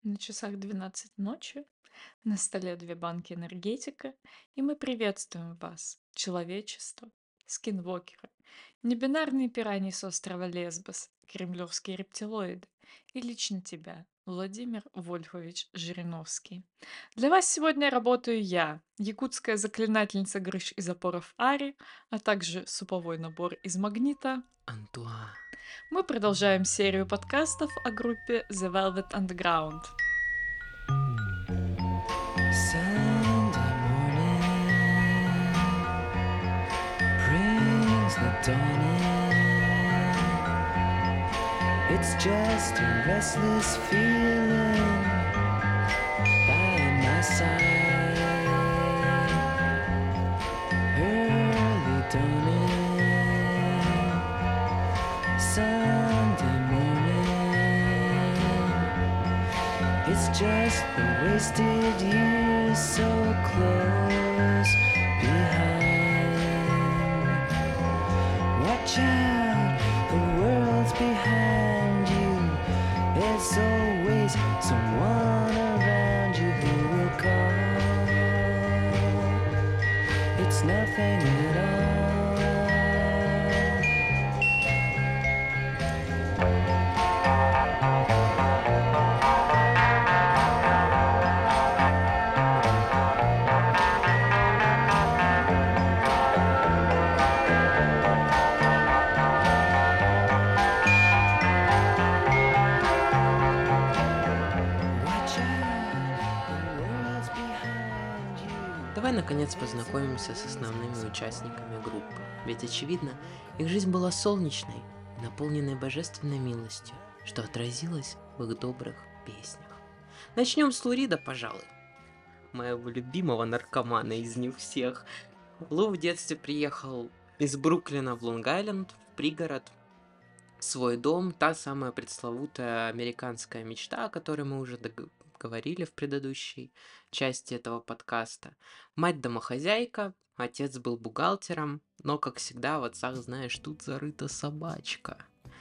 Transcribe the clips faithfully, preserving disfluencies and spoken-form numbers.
На часах двенадцать ночи, на столе две банки энергетика, и мы приветствуем вас, человечество, скинвокеры, небинарные пираньи с острова Лесбос, кремлевские рептилоиды, и лично тебя, Владимир Вольфович Жириновский. Для вас сегодня работаю я, якутская заклинательница грыж и запоров Ари, а также суповой набор из магнита. Антуа. Мы продолжаем серию подкастов о группе The Velvet Underground. Sunday morning brings the dawn in. It's just a restless feeling by my side. Early dawning, Sunday morning. It's just the wasted years so close behind. Watch out, the world's behind you. There's always someone around you who will call. It's nothing at all. Watch out, the world's behind you. Давай наконец познакомимся с основными участниками группы. Ведь очевидно, их жизнь была солнечной и наполненной божественной милостью, что отразилось в их добрых песнях. Начнем с Лурида, пожалуй. Моего любимого наркомана из них всех. Лу в детстве приехал из Бруклина в Лонг-Айленд, в пригород, в свой дом, та самая пресловутая американская мечта, о которой мы уже дог- говорили в предыдущей части этого подкаста. Мать домохозяйка, отец был бухгалтером, но, как всегда, в отцах, знаешь, тут зарыта собачка.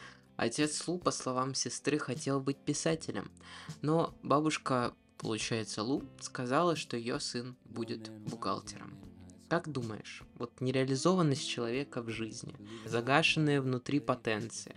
Отец Лу, по словам сестры, хотел быть писателем, но бабушка, получается, Лу, сказала, что ее сын будет бухгалтером. Как думаешь, вот нереализованность человека в жизни, загашенные внутри потенции,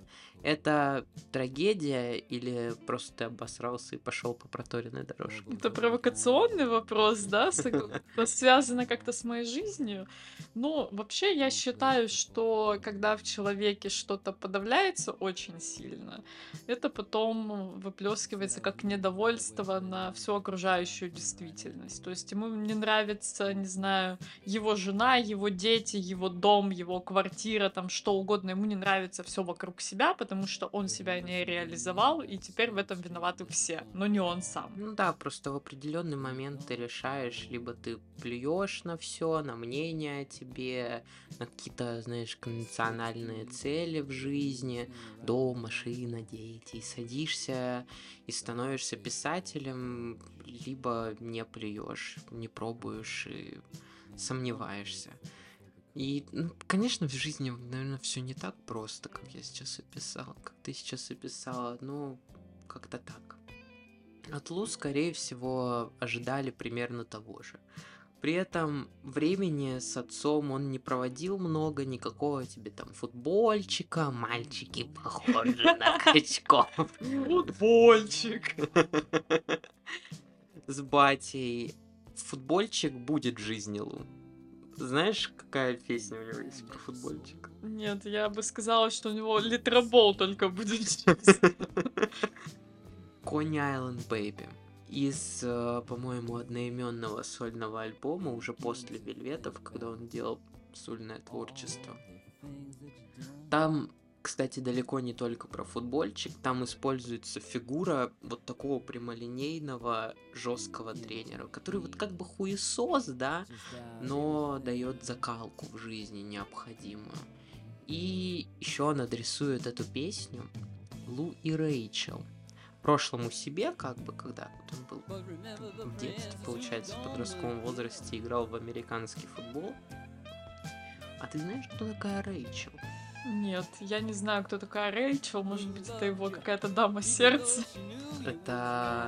это трагедия или просто ты обосрался и пошел по проторенной дорожке? Это провокационный вопрос, да? сог- Это связано как-то с моей жизнью. Ну, вообще, я считаю, что когда в человеке что-то подавляется очень сильно, это потом выплескивается как недовольство на всю окружающую действительность. То есть ему не нравится, не знаю, его жена, его дети, его дом, его квартира, там что угодно. Ему не нравится все вокруг себя, потому что он себя не реализовал, и теперь в этом виноваты все, но не он сам. Ну да, просто в определенный момент ты решаешь, либо ты плюешь на все, на мнение о тебе, на какие-то, знаешь, конвенциональные цели в жизни, дом, машина, дети, и садишься и становишься писателем, либо не плюешь, не пробуешь и сомневаешься. И, ну, конечно, в жизни, наверное, все не так просто, как я сейчас описал, как ты сейчас описала, ну, как-то так. От Лу, скорее всего, ожидали примерно того же. При этом времени с отцом он не проводил много, никакого тебе там футбольчика, мальчики похожи на качков. Футбольчик. С батей. Футбольчик будет в жизни Лу. Знаешь, какая песня у него есть про футбольчик? Нет, я бы сказала, что у него литробол только будет. Coney Island Baby. Из, э, по-моему, одноименного сольного альбома, уже после Вельветов, когда он делал сольное творчество. Там, кстати, далеко не только про футбольчик, там используется фигура вот такого прямолинейного, жесткого тренера, который вот как бы хуесос, да, но дает закалку в жизни необходимую. И еще он адресует эту песню Лу и Рэйчел. Прошлому себе, как бы, когда вот он был в детстве, получается, в подростковом возрасте играл в американский футбол. А ты знаешь, кто такая Рэйчел? Нет, я не знаю, кто такая Рэйчел. Может быть, это его какая-то дама сердца. Это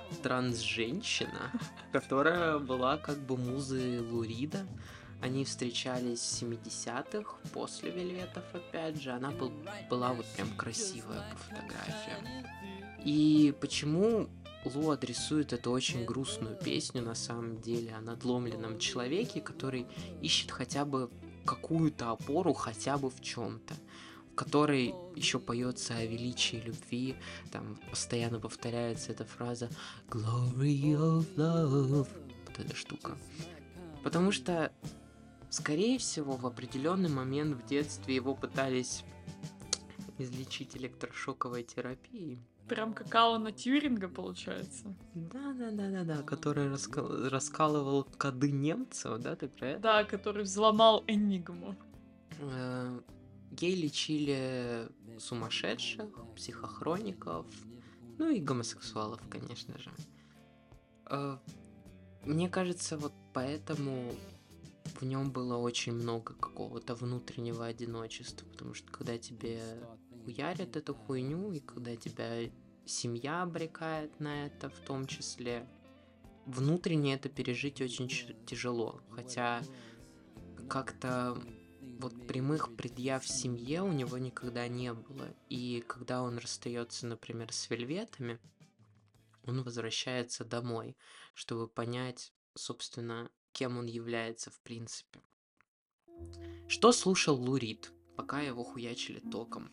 трансженщина, которая была как бы музой Лу Рида. Они встречались в семидесятых, после Вельветов, опять же. Она был, была вот прям красивая по фотографиям. И почему Лу адресует эту очень грустную песню, на самом деле, о надломленном человеке, который ищет хотя бы какую-то опору, хотя бы в чем-то, в которой еще поется о величии любви, там постоянно повторяется эта фраза «Glory of love», вот эта штука. Потому что, скорее всего, в определенный момент в детстве его пытались излечить электрошоковой терапией. Прям как Алана Тьюринга, получается. Да-да-да-да-да, который раска- раскалывал коды немцев, да, ты про это? Да, который взломал Энигму. Э, Ей лечили сумасшедших, психохроников, ну и гомосексуалов, конечно же. Э, Мне кажется, вот поэтому в нем было очень много какого-то внутреннего одиночества, потому что когда тебе хуярят эту хуйню, и когда тебя семья обрекает на это в том числе, внутренне это пережить очень ч- тяжело. Хотя как-то вот прямых предъяв в семье у него никогда не было. И когда он расстается, например, с Вельветами, он возвращается домой, чтобы понять, собственно, кем он является в принципе. Что слушал Лу Рид, пока его хуячили током?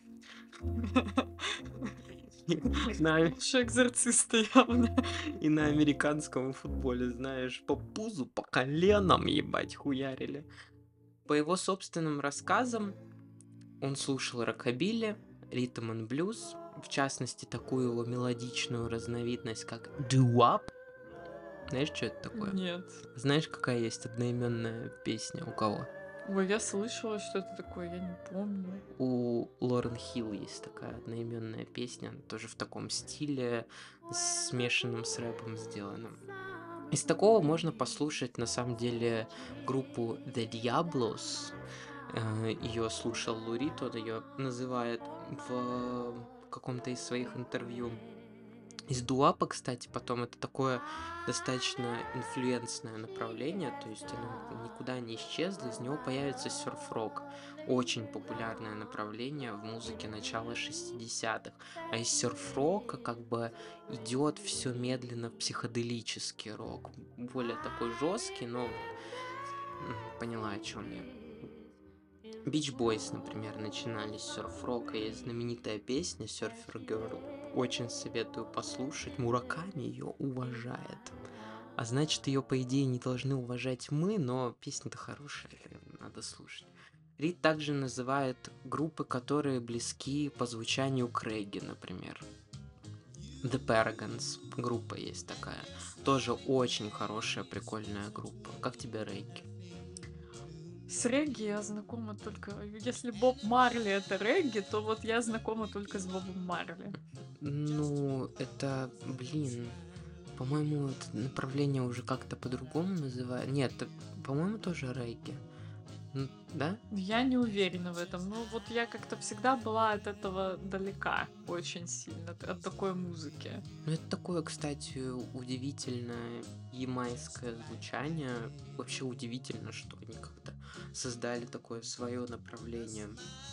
На- Лучше экзорциста явно. И на американском футболе, знаешь, по пузу, по коленам, ебать, хуярили. По его собственным рассказам, он слушал рокобили, ритм and блюз, в частности, такую его мелодичную разновидность, как doo-wop. Знаешь, что это такое? Нет. Знаешь, какая есть одноименная песня у кого? Ой, я слышала, что это такое, я не помню. У Лорен Хилл есть такая одноименная песня, она тоже в таком стиле, смешанным с рэпом сделанным. Из такого можно послушать, на самом деле, группу The Diablos. Ее слушал Лу Рид, он ее называет в каком-то из своих интервью. Из дуапа, кстати, потом это такое достаточно инфлюенсное направление, то есть оно никуда не исчезло, из него появится серф-рок, очень популярное направление в музыке начала шестидесятых, а из серф-рока как бы идет все медленно в психоделический рок, более такой жесткий, но м, поняла, о чем я. Beach Boys, например, начинали с серф-рока. Есть знаменитая песня Surfer Girl. Очень советую послушать. Мураками ее уважает. А значит, ее, по идее, не должны уважать мы, но песня-то хорошая, надо слушать. Рид также называет группы, которые близки по звучанию к регги, например. The Paragons, группа есть такая. Тоже очень хорошая, прикольная группа. Как тебе регги? С регги я знакома только... Если Боб Марли это регги, то вот я знакома только с Бобом Марли. Ну, это, блин, по-моему, это направление уже как-то по-другому называют. Нет, это, по-моему, тоже регги. М, Да? Я не уверена в этом, но вот я как-то всегда была от этого далека очень сильно, от- от такой музыки. Ну, это такое, кстати, удивительное ямайское звучание. Вообще удивительно, что они как-то создали такое свое направление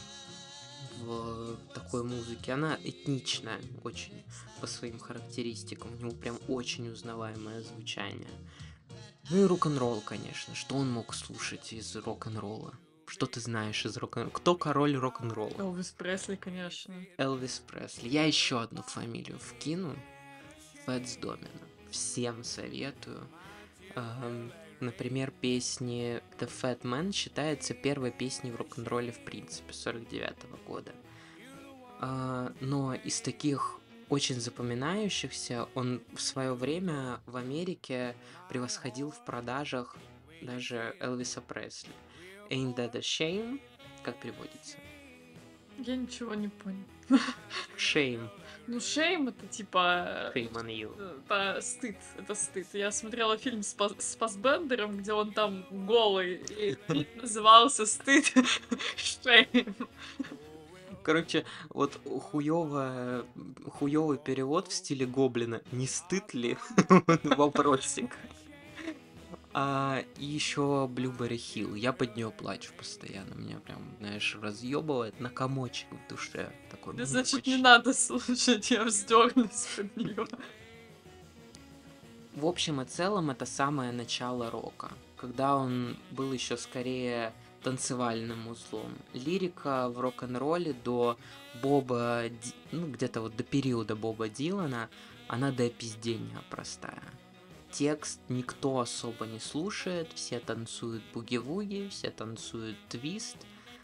в такой музыке. Она этничная очень по своим характеристикам. У него прям очень узнаваемое звучание. Ну и рок-н-ролл, конечно. Что он мог слушать из рок-н-ролла? Что ты знаешь из рок-н-ролла? Кто король рок-н-ролла? Элвис Пресли, конечно. Элвис Пресли. Я еще одну фамилию вкину. Фэтс Домино. Всем советую. Эм, Например, песни The Fat Man считается первой песней в рок-н-ролле в принципе, сорок девятого года. А, Но из таких очень запоминающихся он в свое время в Америке превосходил в продажах даже Элвиса Пресли. Ain't That a Shame? Как переводится? Я ничего не понял. Shame. Ну, шейм это типа... Shame on you. Это стыд, это стыд. Я смотрела фильм с, Пас- с Фассбендером, где он там голый, и фильм назывался «Стыд». Шейм. Короче, вот хуёвая, хуёвый перевод в стиле Гоблина. Не стыд ли? Вопросик. А, и еще Blueberry Hill. Я под нее плачу постоянно. Меня прям, знаешь, разъебывает на комочек в душе. Такой, Да, мне значит, не очень. надо слушать, я вздёрнусь под неё. В общем и целом, это самое начало рока, когда он был еще скорее танцевальным узлом. Лирика в рок-н-ролле до Боба, Ди- ну где-то вот до периода Боба Дилана, она до опиздения простая. Текст никто особо не слушает, все танцуют буги-вуги, все танцуют твист,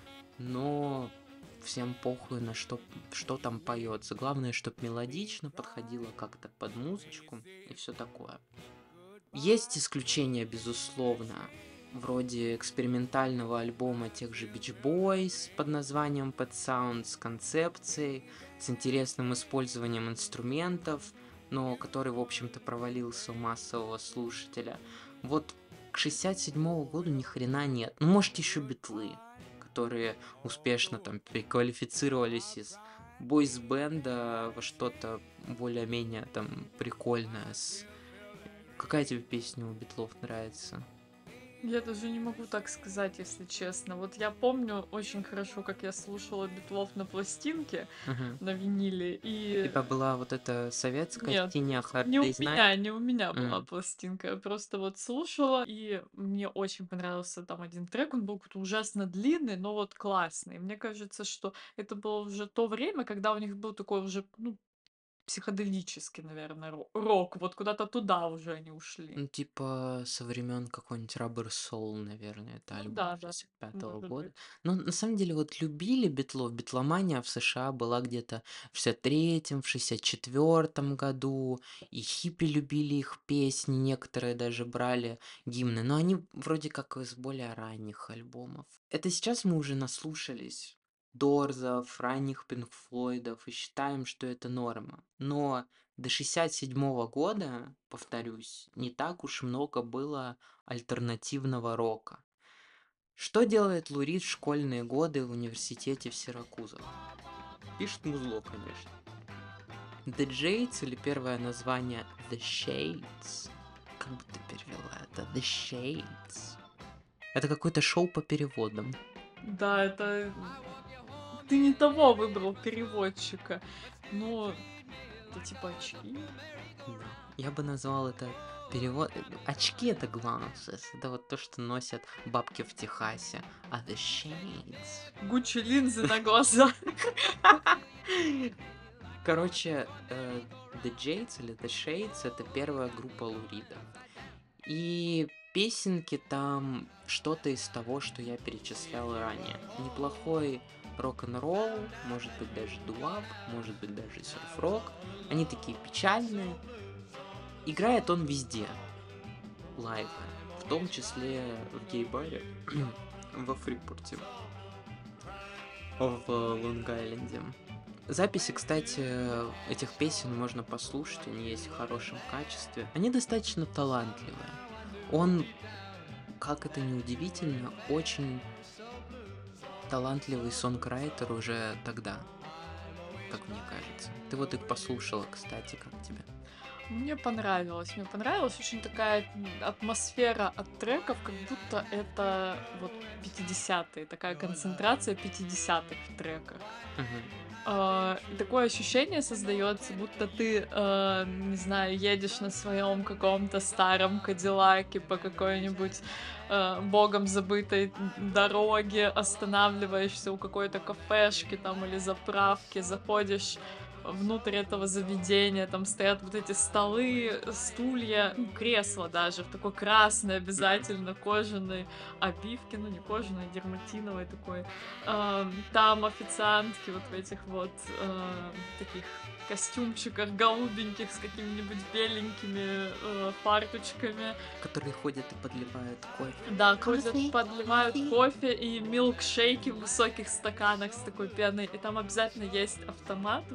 но всем похуй на что, что там поется. Главное, чтобы мелодично подходило как-то под музычку и все такое. Есть исключения, безусловно, вроде экспериментального альбома тех же Beach Boys под названием Pet Sound с концепцией, с интересным использованием инструментов, но который, в общем-то, провалился у массового слушателя. Вот к шестьдесят седьмому году ни хрена нет. Ну, может, еще битлы, которые успешно там переквалифицировались из бойс-бенда во что-то более-менее там прикольное с... Какая тебе песня у Битлов нравится? Я даже не могу так сказать, если честно. Вот я помню очень хорошо, как я слушала Битлов на пластинке, Мгм. на виниле, У и... тебя была вот эта советская Нет, синяя Hard не у Day's Night? меня, не у меня была М. пластинка. Я просто вот слушала, и мне очень понравился там один трек. Он был какой-то ужасно длинный, но вот классный. Мне кажется, что это было уже то время, когда у них был такой уже, ну, психоделический, наверное, ро- рок. Вот куда-то туда уже они ушли. Ну, типа со времен какой-нибудь Rubber Soul, наверное, это Ну альбом да, да, шестьдесят пятого может года. быть. Но на самом деле вот любили Битлов, битломания в США была где-то в шестьдесят третьем, в шестьдесят четвертом году, и хиппи любили их песни, некоторые даже брали гимны, но они вроде как из более ранних альбомов. Это сейчас мы уже наслушались Дорзов, ранних Пинк Флойдов и считаем, что это норма. Но до шестьдесят седьмого года, повторюсь, не так уж много было альтернативного рока. Что делает Лу Рид в школьные годы в университете в Сиракузах? Пишет музло, конечно. The Jades или первое название The Shades? Как бы ты перевела это? The Shades. Это какое-то шоу по переводам. Да, это... Ты не того выбрал переводчика. Ну, это типа очки. Да. Я бы назвал это перевод... Очки это glasses. Это вот то, что носят бабки в Техасе. А the shades... Гуччи линзы на глаза. Короче, э, The Jades или The Shades это первая группа Лу Рида. И песенки там что-то из того, что я перечислял ранее. Неплохой рок-н-ролл, может быть даже дуап, может быть даже серф-рок. Они такие печальные. Играет он везде. Лайв. В том числе в гей-баре во Фрипорте. В Лонг-Айленде. Записи, кстати, этих песен можно послушать, они есть в хорошем качестве. Они достаточно талантливые. Он, как это ни удивительно, очень талантливый сонграйтер уже тогда, как мне кажется. Ты вот их послушала, кстати, как тебе? Мне понравилось. Мне понравилась очень такая м, атмосфера от треков, как будто это вот пятидесятые, такая концентрация пятидесятых в треках. Мгм. А, такое ощущение создается, будто ты, э, не знаю, едешь на своем каком-то старом Кадиллаке по какой-нибудь э, богом забытой дороге, останавливаешься у какой-то кафешки там или заправки, заходишь внутрь этого заведения, там стоят вот эти столы, стулья, ну, кресла даже, в такой красной обязательно кожаной обивке, ну не кожаной, а дерматиновой такой. Ам, Там официантки вот в этих вот э, таких костюмчиках голубеньких с какими-нибудь беленькими э, фарточками. Которые ходят и подливают кофе. Да, ходят, Кофе, подливают кофе. кофе и милкшейки в высоких стаканах с такой пеной. И там обязательно есть автомат, вот в самом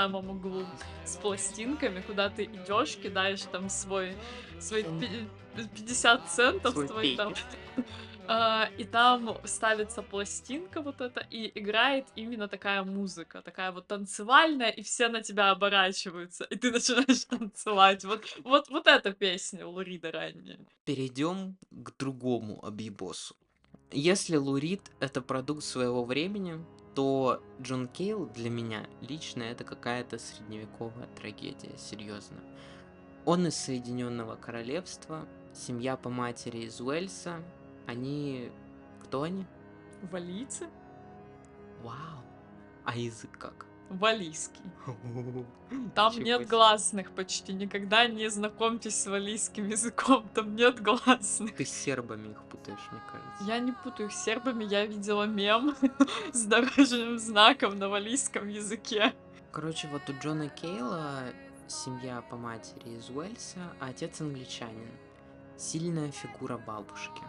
самом углу с пластинками, куда ты идешь, кидаешь там свой, свои пи- пятьдесят центов, Свой твой там, пепел. а, и там ставится пластинка вот эта, и играет именно такая музыка, такая вот танцевальная, и все на тебя оборачиваются, и ты начинаешь танцевать. Вот, вот, вот эта песня у Лурида ранняя. Перейдем к другому объебосу. Если Лурид это продукт своего времени, то Джон Кейл для меня лично это какая-то средневековая трагедия, серьезно. Он из Соединенного Королевства, семья по матери из Уэльса. Они... Кто они? Валийцы? Вау. А язык как? Валийский. Там Ничего нет себе. гласных почти. Никогда не знакомьтесь с валийским языком. Там нет гласных. Ты с сербами их путаешь, мне кажется. Я не путаю их с сербами. Я видела мем с дорожным знаком на валийском языке. Короче, вот у Джона Кейла семья по матери из Уэльса, а отец англичанин. Сильная фигура бабушки.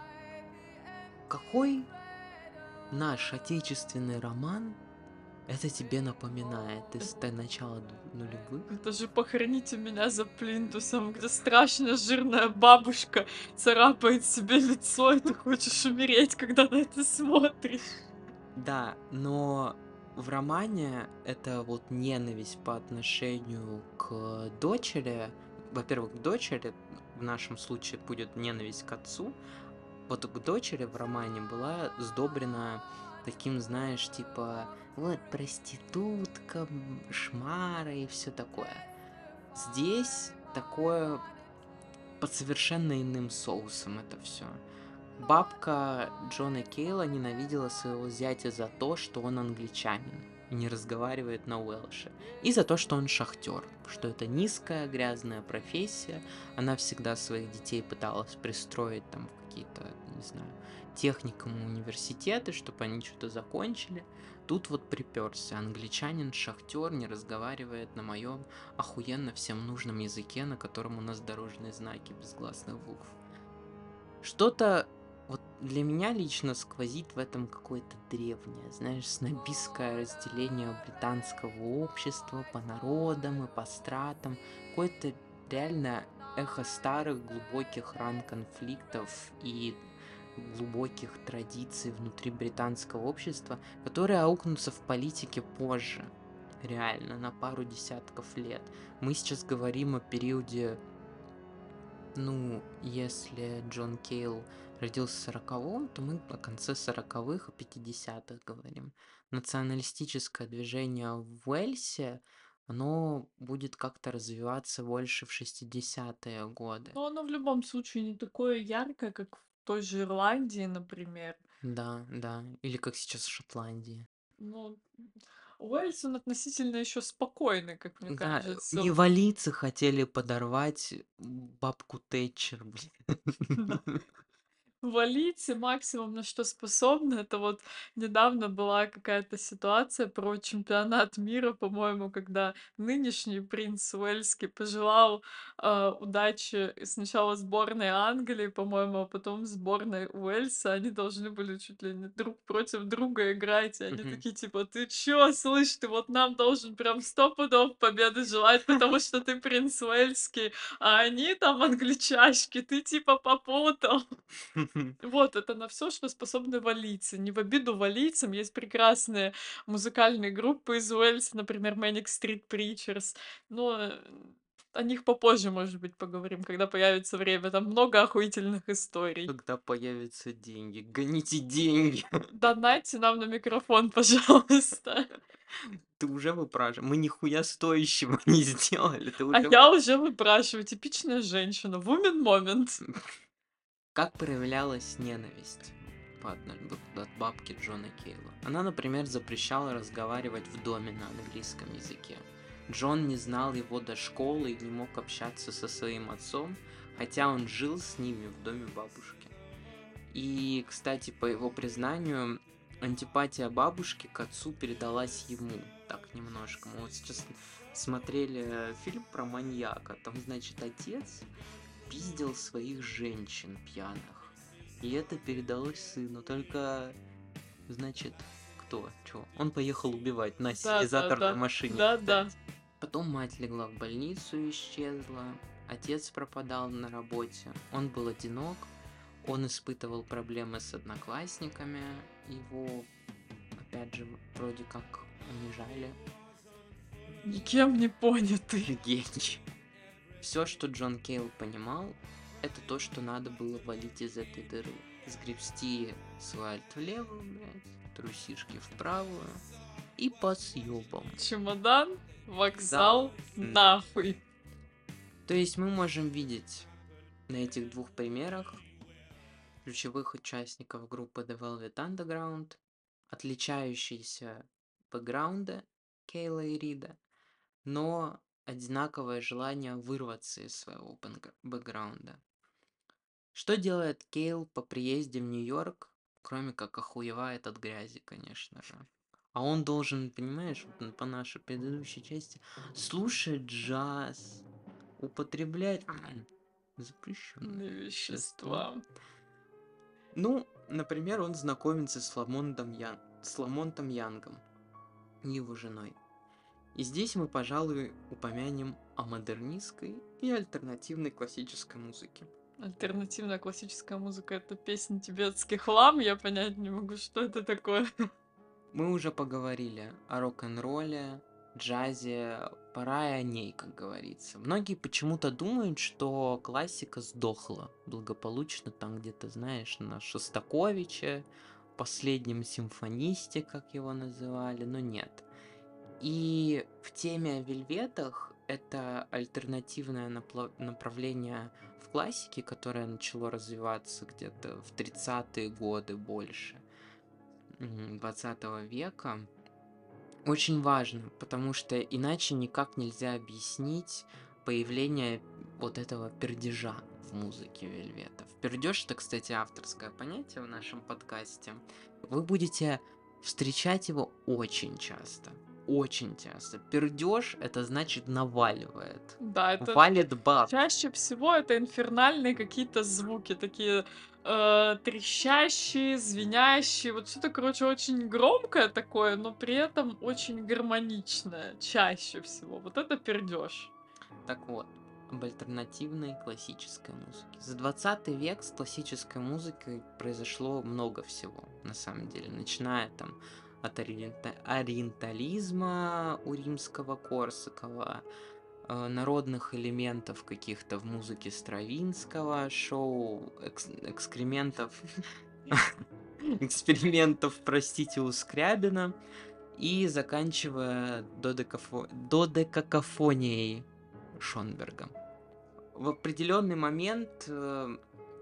Какой наш отечественный роман это тебе напоминает из т- начала ду- нулевых? Это же «Похороните меня за плинтусом», где страшная жирная бабушка царапает себе лицо, и ты хочешь умереть, когда на это смотришь. Да, но в романе это вот ненависть по отношению к дочери. Во-первых, к дочери, в нашем случае будет ненависть к отцу. Вот к дочери в романе была сдобрена таким, знаешь, типа, вот проститутка, м, шмара и все такое. Здесь такое под совершенно иным соусом это все. Бабка Джона Кейла ненавидела своего зятя за то, что он англичанин и не разговаривает на Уэлше. И за то, что он шахтер, что это низкая, грязная профессия. Она всегда своих детей пыталась пристроить там в какие-то, не знаю, техникумы, университеты, чтобы они что-то закончили. Тут вот приперся англичанин, шахтер, не разговаривает на моем охуенно всем нужном языке, на котором у нас дорожные знаки без гласных букв. Что-то вот для меня лично сквозит в этом какое-то древнее, знаешь, снобистское разделение британского общества по народам и по стратам. Какое-то реально эхо старых глубоких ран конфликтов и глубоких традиций внутри британского общества, которые аукнутся в политике позже. Реально, на пару десятков лет. Мы сейчас говорим о периоде, ну, если Джон Кейл родился в сороковом, то мы о конце сороковых, о пятидесятых говорим. Националистическое движение в Уэльсе, оно будет как-то развиваться больше в шестидесятые годы. Но оно в любом случае не такое яркое, как в той же Ирландии, например. Да, да. Или как сейчас в Шотландии. Ну, Уэльс, он относительно еще спокойный, как мне Да, кажется. невалийцы хотели подорвать бабку Тэтчер, Да. блин. Валийцы максимум на что способны, это вот недавно была какая-то ситуация про чемпионат мира, по-моему, когда нынешний принц Уэльский пожелал а, удачи сначала сборной Англии, по-моему, а потом сборной Уэльса. Они должны были чуть ли не друг против друга играть, и они Мгм. такие типа: ты чё, слышь, ты вот нам должен прям сто пудов победы желать, потому что ты принц Уэльский, а они там англичашки, ты типа попутал. Вот, это на все, что способны валийцы. Не в обиду валийцам, есть прекрасные музыкальные группы из Уэльса, например, Manic Street Preachers. Но, э, о них попозже, может быть, поговорим, когда появится время. Там много охуительных историй. Когда появятся деньги. Гоните деньги. Донатьте нам на микрофон, пожалуйста. Ты уже выпрашиваешь. Мы нихуя стоящего не сделали. Ты А уже... я уже выпрашиваю. Типичная женщина. Woman moment. Как проявлялась ненависть по отно- вот от бабки Джона Кейла? Она, например, запрещала разговаривать в доме на английском языке. Джон не знал его до школы и не мог общаться со своим отцом, хотя он жил с ними в доме бабушки. И, кстати, по его признанию, антипатия бабушки к отцу передалась ему так немножко. Мы вот сейчас смотрели фильм про маньяка. Там, значит, отец пиздил своих женщин пьяных. И это передалось сыну. Только, значит, кто? Чё? Он поехал убивать на Да-да-да. синизаторной машине Да-да. летать. Потом мать легла в больницу и исчезла. Отец пропадал на работе. Он был одинок. Он испытывал проблемы с одноклассниками. Его, опять же, вроде как унижали. Никем не понятый. Гений. Все, что Джон Кейл понимал, это то, что надо было валить из этой дыры. Сгребсти свой альт влево, блядь, трусишки в правую и по съебам. Чемодан, вокзал, нахуй. То есть мы можем видеть на этих двух примерах ключевых участников группы The Velvet Underground, отличающиеся бэкграунды Кейла и Рида, но одинаковое желание вырваться из своего бэкграунда. Что делает Кейл по приезде в Нью-Йорк, кроме как охуевает от грязи, конечно же. А он должен, понимаешь, вот по нашей предыдущей части, слушать джаз, употреблять запрещенные вещества. Ну, например, он знакомится с Ламонтом, Ян... с Ламонтом Янгом и его женой. И здесь мы, пожалуй, упомянем о модернистской и альтернативной классической музыке. Альтернативная классическая музыка — это песни тибетских лам, я понять не могу, что это такое. Мы уже поговорили о рок-н-ролле, джазе, пора и о ней, как говорится. Многие почему-то думают, что классика сдохла благополучно там где-то, знаешь, на Шостаковиче, последнем симфонисте, как его называли, но нет. И в теме о Вельветах это альтернативное напло- направление в классике, которое начало развиваться где-то в тридцатые годы больше двадцатого века, очень важно, потому что иначе никак нельзя объяснить появление вот этого пердежа в музыке Вельветов. Пердеж — это, кстати, авторское понятие в нашем подкасте. Вы будете встречать его очень часто. Очень часто. Пердеж — это значит наваливает. Да, это валит баб. чаще всего это инфернальные какие-то звуки, такие э, трещащие, звенящие. Вот что-то, короче, очень громкое такое, но при этом очень гармоничное. Чаще всего. Вот это пердеж. Так вот, об альтернативной классической музыке. За двадцатый век с классической музыкой произошло много всего, на самом деле. Начиная там от ориента... ориентализма у римского Корсакова, э, народных элементов каких-то в музыке Стравинского, шоу экс... экскрементов, экспериментов, простите, у Скрябина, и заканчивая додекафо... додекакофонией Шонберга. В определенный момент э,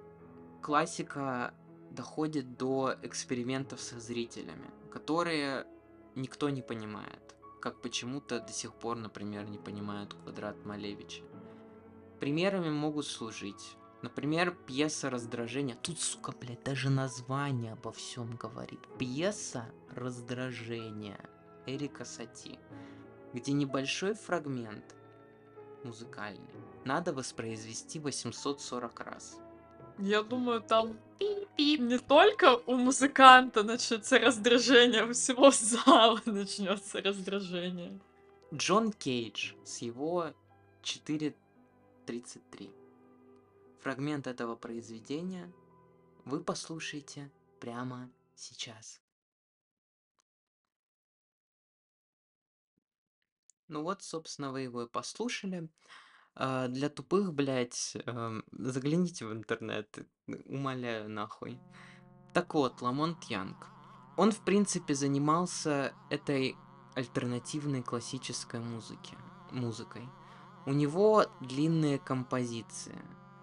классика доходит до экспериментов со зрителями, которые никто не понимает, как почему-то до сих пор, например, не понимают Квадрат Малевича. Примерами могут служить, например, пьеса «Раздражение». Тут, сука, блядь, даже название обо всем говорит. Пьеса «Раздражение» Эрика Сати, где небольшой фрагмент музыкальный надо воспроизвести восемьсот сорок раз. Я думаю, там не только у музыканта начнется раздражение, у всего зала начнется раздражение. Джон Кейдж с его четыре тридцать три. Фрагмент этого произведения вы послушаете прямо сейчас. Ну вот, собственно, вы его и послушали. А, для тупых, блядь, эм, загляните в интернет, умоляю, нахуй. Так вот, Ламонт Янг. Он, в принципе, занимался этой альтернативной классической музыки, музыкой. У него длинные композиции.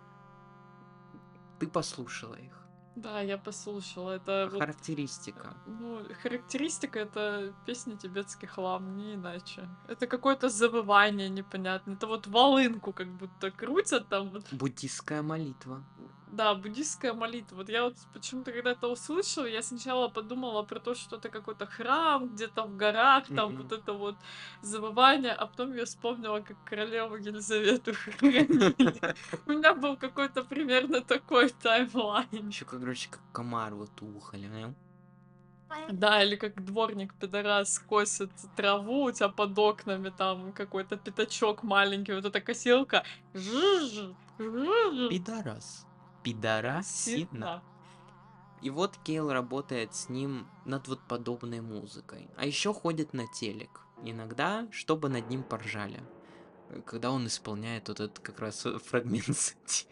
Ты послушала их. Да, я послушала. Это вот, Характеристика. ну, характеристика — это песни тибетских лам, не иначе. Это какое-то завывание непонятное. Это вот волынку как будто крутят там. Вот. Буддистская молитва. Да, буддистская молитва. Вот я вот почему-то, когда это услышала, я сначала подумала про то, что это какой-то храм где-то в горах, там Мгм. вот это вот завывание, а потом я вспомнила, как королеву Елизавету хоронили. У меня был какой-то примерно такой таймлайн. Еще, короче, как комар вот ухали. Да, или как дворник-пидорас косит траву, у тебя под окнами там какой-то пятачок маленький, вот эта косилка. Жужж, жужж. Пидорас. Пидорасина. Сина. И вот Кейл работает с ним над вот подобной музыкой. А еще ходит на телек. Иногда, чтобы над ним поржали. э, Когда он исполняет вот этот как раз э, фрагмент сати.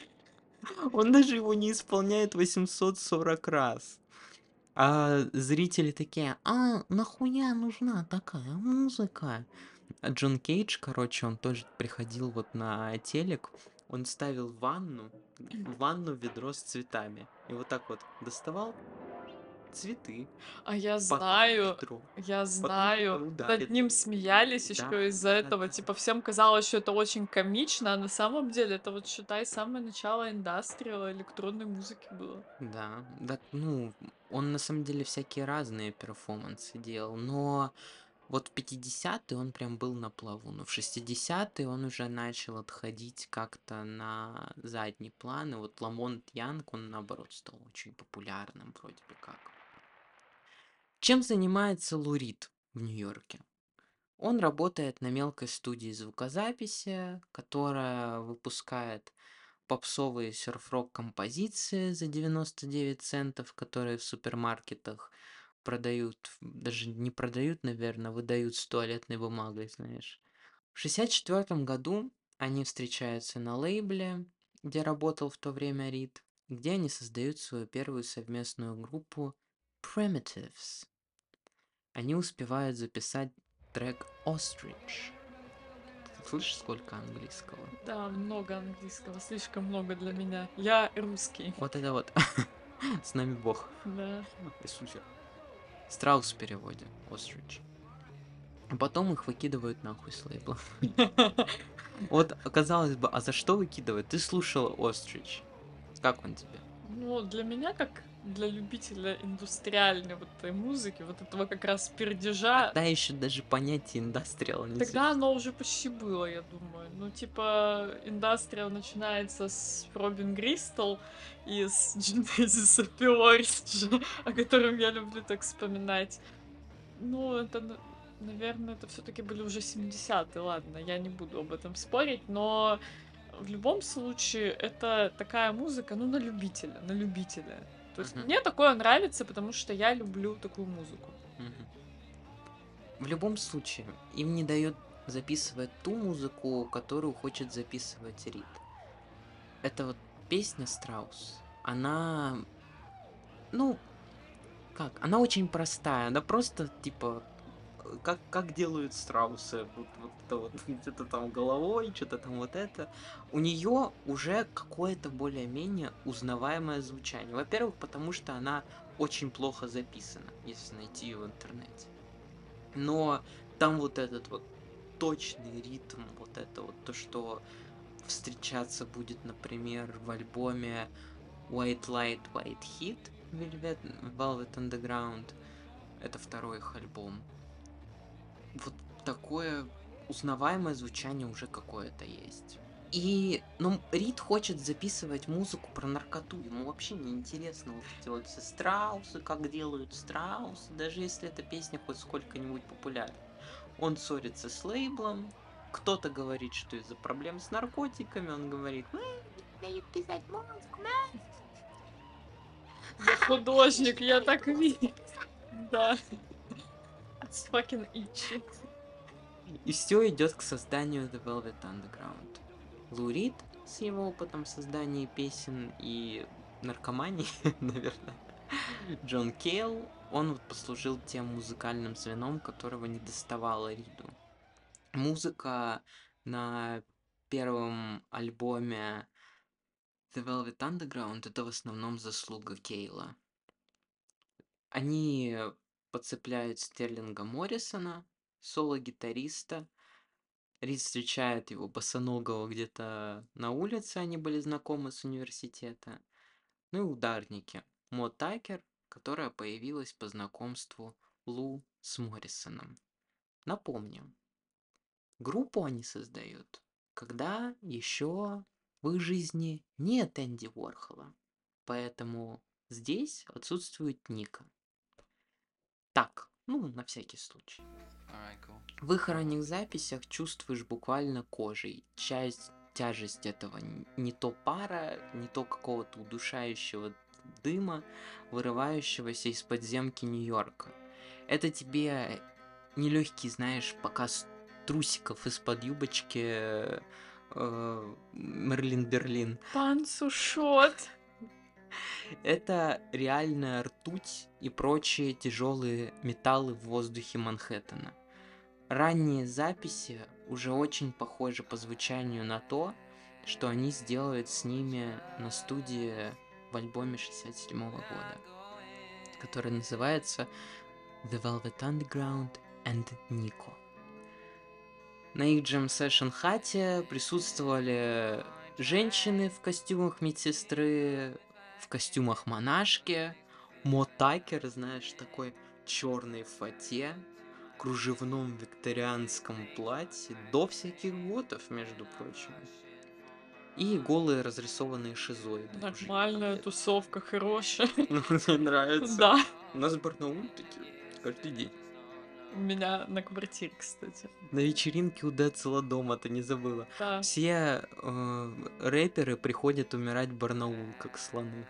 Он даже его не исполняет восемьсот сорок раз. А зрители такие, а нахуя нужна такая музыка? А Джон Кейдж, короче, он тоже приходил вот на телек, он ставил в ванну, в ванну ведро с цветами. И вот так вот доставал цветы, А я пока в знаю, ведро, я потом знаю. Над ударит. ним смеялись Да, еще из-за да, этого. да, Типа всем казалось, что это очень комично, а на самом деле это вот считай самое начало индастриала электронной музыки было. да, да, ну, он на самом деле всякие разные перформансы делал, но вот в пятидесятые он прям был на плаву, но в шестидесятые он уже начал отходить как-то на задний план, и вот Ламонт Янг, он наоборот стал очень популярным вроде бы как. Чем занимается Лурид в Нью-Йорке? Он работает на мелкой студии звукозаписи, которая выпускает попсовые серф-рок композиции за девяносто девять центов, которые в супермаркетах продают, даже не продают, наверное, выдают с туалетной бумагой, знаешь. В шестьдесят четвертом году они встречаются на лейбле, где работал в то время Рид, где они создают свою первую совместную группу Primitives. Они успевают записать трек Ostrich. Слышишь, сколько английского? Да, много английского, слишком много для меня. Я русский. Вот это вот. С нами Бог. Да. Иисусе. Страус в переводе. Ostrich. А потом их выкидывают нахуй с лейбла. Вот, казалось бы, а за что выкидывают? Ты слушала Ostrich. Как он тебе? Ну, для меня, как для любителя индустриальной вот этой музыки, вот этого как раз пердежа, Тогда еще даже понятие индастриала не тогда существует. оно уже почти было, я думаю. Ну, типа, индастриал начинается с Робин Гристл и с Genesis Orange, о котором я люблю так вспоминать. Ну, это, на- наверное, это все-таки были уже семидесятые, ладно, я не буду об этом спорить, но в любом случае это такая музыка, ну, на любителя, на любителя. То есть Мгм, мне такое нравится, потому что я люблю такую музыку. мгм. В любом случае, им не дает записывать ту музыку, которую хочет записывать Рид. Это вот песня Страус. Она, ну, как? Она очень простая. Она просто, типа, э, как, как делают страусы. Вот, вот это вот, где-то там головой, что-то там вот это. У нее уже какое-то более-менее узнаваемое звучание. Во-первых, потому что она очень плохо записана, если найти ее в интернете. Но там вот этот вот точный ритм, вот это вот то, что встречаться будет, например, в альбоме White Light, White Heat Velvet, Velvet Underground. Это второй их альбом. Вот такое узнаваемое звучание уже какое-то есть. И, ну, Рид хочет записывать музыку про наркоту. Ему вообще не интересно вот эти вот все страусы, как делают страусы, даже если эта песня хоть сколько-нибудь популярна. Он ссорится с лейблом, кто-то говорит, что из-за проблем с наркотиками, он говорит, «М, не дают писать музыку, да?» Я художник, я так вижу. Да, it's fucking itchy. И все идет к созданию The Velvet Underground. Лу Рид с его опытом создания песен и наркомании, наверное. Джон Кейл, он вот послужил тем музыкальным звеном, которого не доставало Риду. Музыка на первом альбоме The Velvet Underground это в основном заслуга Кейла. Они подцепляют Стерлинга Моррисона, соло-гитариста. Рид встречает его босоногого где-то на улице, они были знакомы с университета. Ну и ударники. Мо Такер, которая появилась по знакомству Лу с Моррисоном. Напомним, группу они создают, когда еще в их жизни нет Энди Уорхола. Поэтому здесь отсутствует Ника. Так, ну, на всякий случай. В их ранних записях чувствуешь буквально кожей часть, тяжесть этого н- не то пара, не то какого-то удушающего дыма, вырывающегося из подземки Нью-Йорка. Это тебе нелегкий, знаешь, показ трусиков из-под юбочки э, Мерлин Берлин. Панцушот. Это реальная ртуть и прочие тяжелые металлы в воздухе Манхэттена. Ранние записи уже очень похожи по звучанию на то, что они сделают с ними на студии в альбоме шестьдесят седьмого года, который называется The Velvet Underground and Nico. На их джем-сэшн хате присутствовали женщины в костюмах медсестры, в костюмах монашки, Мо Такер, знаешь, такой черной фате, кружевном викторианском платье, до всяких готов, между прочим. И голые разрисованные шизоиды. Нормальная тусовка, хорошая. Ну, мне нравится. Да. У нас в Барнауле такие каждый день. У меня на квартире, кстати. На вечеринке у Децела дома, ты не забыла. Да. Все э, рэперы приходят умирать в Барнаул, как слоны.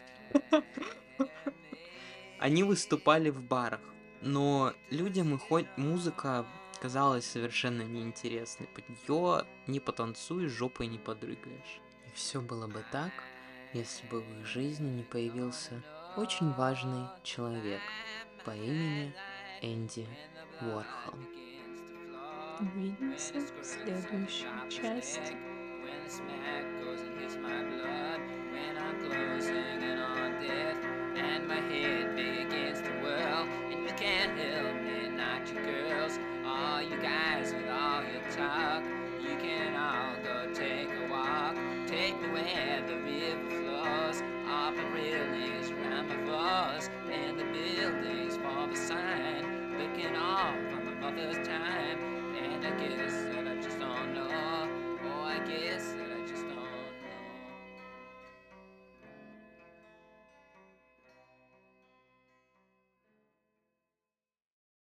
Они выступали в барах, но людям и хоть музыка казалась совершенно неинтересной. Под нее не потанцуешь, жопой не подрыгаешь. И все было бы так, если бы в их жизни не появился очень важный человек по имени Энди Уорхол. Увидимся в следующей части. Take me where the river flows, up and railings round my floors, and the buildings form a sign, looking off on my mother's time, and I guess